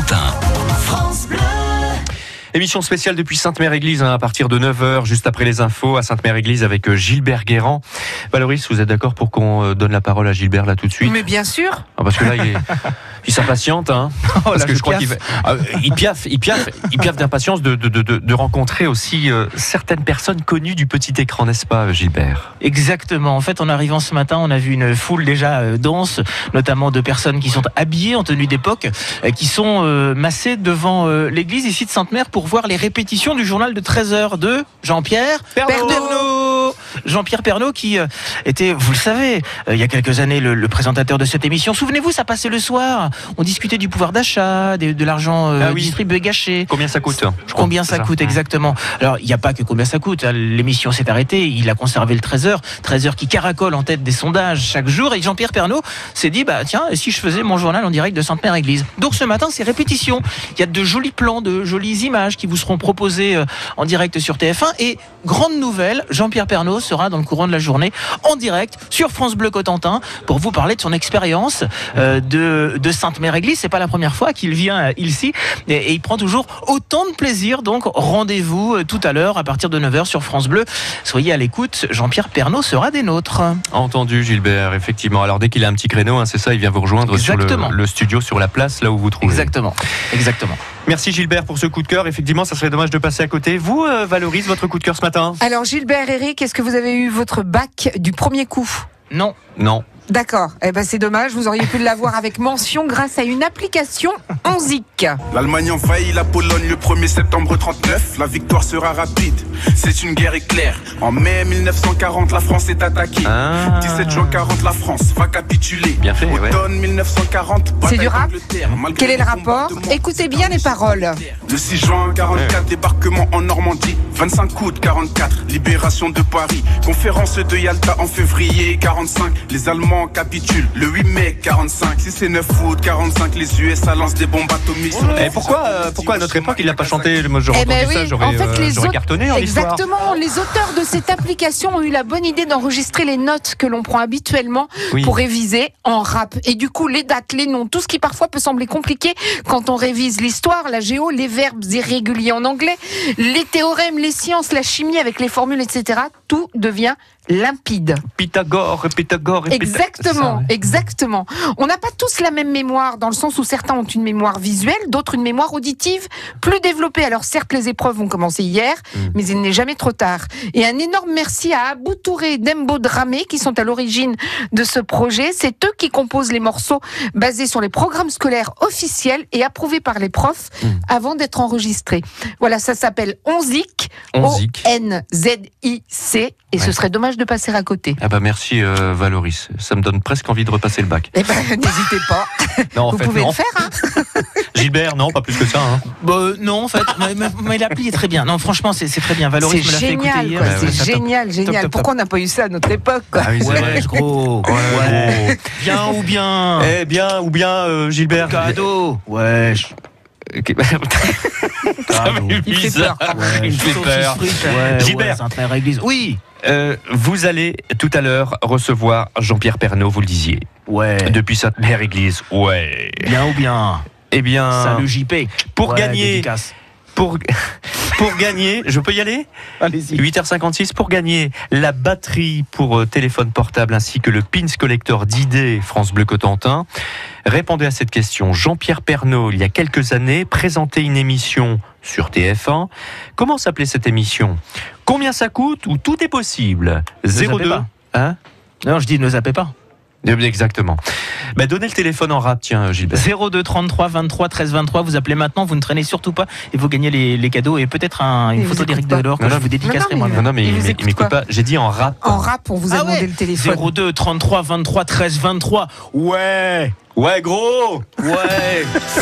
Cotentin. France Bleu. Émission spéciale depuis Sainte-Mère-Église à partir de 9h, juste après les infos à Sainte-Mère-Église avec Gilbert Guérand. Valoris, vous êtes d'accord pour qu'on donne la parole à Gilbert là tout de suite ? Mais bien sûr. Parce que là, il s'impatiente, hein. Parce que je crois qu'il piaffe d'impatience de rencontrer aussi certaines personnes connues du petit écran, n'est-ce pas, Gilbert ? Exactement. En fait, en arrivant ce matin, on a vu une foule déjà dense, notamment de personnes qui sont habillées en tenue d'époque, qui sont massées devant l'église ici de Sainte-Mère pour voir les répétitions du journal de 13h de Jean-Pierre Pernaut. Jean-Pierre Pernaut qui était, vous le savez, il y a quelques années, le présentateur de cette émission. Souvenez-vous, ça passait le soir. On discutait du pouvoir d'achat, de l'argent distribué gâché. Combien ça coûte ? Combien ça coûte, exactement. Alors, il n'y a pas que combien ça coûte. L'émission s'est arrêtée. Il a conservé le 13h. 13h qui caracole en tête des sondages chaque jour. Et Jean-Pierre Pernaut s'est dit, tiens, si je faisais mon journal en direct de Sainte-Mère-Église. Donc, ce matin, c'est répétition. Il y a de jolis plans, de jolies images qui vous seront proposées en direct sur TF1. Et grande nouvelle, Jean-Pierre Pernaut sera dans le courant de la journée en direct sur France Bleu Cotentin pour vous parler de son expérience de Sainte-Mère-Église. C'est pas la première fois qu'il vient ici et il prend toujours autant de plaisir. Donc rendez-vous tout à l'heure à partir de 9h sur France Bleu. Soyez à l'écoute, Jean-Pierre Pernaut sera des nôtres. Entendu, Gilbert, effectivement. Alors dès qu'il a un petit créneau, c'est ça, il vient vous rejoindre sur le studio, sur la place, là où vous trouvez. Exactement. Merci Gilbert pour ce coup de cœur. Effectivement, ça serait dommage de passer à côté. Vous, Valoris, votre coup de cœur ce matin ? Alors Gilbert, Eric, est-ce que vous avez eu votre bac du premier coup ? Non. D'accord, c'est dommage, vous auriez pu l'avoir avec mention grâce à une application Onzik. L'Allemagne envahit la Pologne le 1er septembre 39, la victoire sera rapide, c'est une guerre éclair. En mai 1940, la France est attaquée. 17 juin 40, la France va capituler. Bien fait, Automne 1940, c'est du rap. Quel est le rapport ? Écoutez bien les paroles. Le 6 juin 44, débarquement en Normandie. 25 août 44, libération de Paris. Conférence de Yalta en février 45, les Allemands capitulent le 8 mai 45. Si c'est 9 août 45, les USA lancent des bombes atomiques. Et pourquoi à notre époque il n'a pas chanté ? Moi j'aurais entendu ça, j'aurais cartonné en histoire. Exactement, les auteurs de cette application ont eu la bonne idée d'enregistrer les notes que l'on prend habituellement pour réviser en rap. Et du coup, les dates, les noms, tout ce qui parfois peut sembler compliqué quand on révise l'histoire, la géo, les verbes irréguliers en anglais, les théorèmes, les sciences, la chimie avec les formules, etc. Tout devient limpide. Pythagore. Exactement. On n'a pas tous la même mémoire, dans le sens où certains ont une mémoire visuelle, d'autres une mémoire auditive plus développée. Alors certes, les épreuves vont commencer hier, mais il n'est jamais trop tard. Et un énorme merci à Abou Touré et Dembo Dramé qui sont à l'origine de ce projet. C'est eux qui composent les morceaux basés sur les programmes scolaires officiels et approuvés par les profs avant d'être enregistrés. Voilà, ça s'appelle Onzik. O-N-Z-I-C. Et ce serait dommage de passer à côté. Merci Valoris, ça me donne presque envie de repasser le bac. N'hésitez pas. Non, vous pouvez le faire. Gilbert, non, pas plus que ça. Non, en fait, mais l'appli est très bien. Non, franchement, c'est très bien. Valoris me l'a fait écouter hier. C'est génial. Top. Pourquoi on n'a pas eu ça à notre époque, quoi. Gros. Bien ou bien. Bien ou bien, Gilbert. Cadeau. Wesh. Okay. Il fait peur. Il fait peur. Gilbert. Sainte-Mère-Église. Oui. Vous allez tout à l'heure recevoir Jean-Pierre Pernaut, vous le disiez. Depuis Sainte-Mère-Église. Bien ou bien. Eh bien. Salut JP. Pour gagner. Pour gagner, je peux y aller ? Allez-y. 8h56, pour gagner la batterie pour téléphone portable ainsi que le pins collector d'idées France Bleu Cotentin. Répondez à cette question. Jean-Pierre Pernaut, il y a quelques années, présentait une émission sur TF1. Comment s'appelait cette émission ? Combien ça coûte ou tout est possible ? 02. Hein ? Non, je dis ne zappez pas. Exactement. Donnez le téléphone en rap, tiens, Gilbert. 02 33 23 13 23. Vous appelez maintenant, vous ne traînez surtout pas et vous gagnez les cadeaux et peut-être une photo d'Éric Delors que je vous dédicacerai moi-même. Non, mais il m'écoute pas. J'ai dit en rap. En rap, on vous a demandé le téléphone. 02 33 23 13 23. Ouais, gros.